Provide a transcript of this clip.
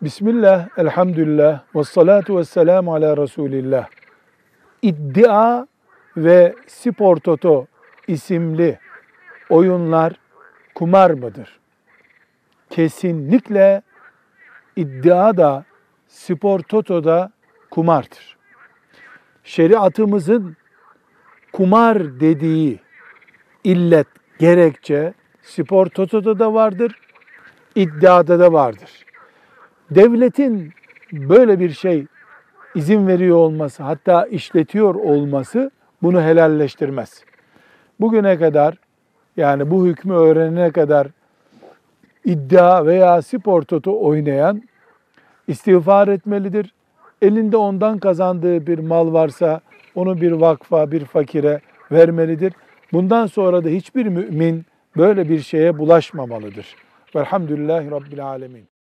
Bismillah, elhamdülillah, ve salatu ve selamu ala Resulillah. İddia ve Spor Toto isimli oyunlar kumar mıdır? Kesinlikle iddia da Spor Toto da kumardır. Şeriatımızın kumar dediği illet, gerekçe Spor Toto'da da vardır, iddiada da vardır. Devletin böyle bir şey izin veriyor olması, hatta işletiyor olması bunu helalleştirmez. Bugüne kadar, yani bu hükmü öğrenene kadar iddia veya Spor Toto oynayan istiğfar etmelidir. Elinde ondan kazandığı bir mal varsa onu bir vakfa, bir fakire vermelidir. Bundan sonra da hiçbir mümin böyle bir şeye bulaşmamalıdır. Velhamdülillahi Rabbil Alemin.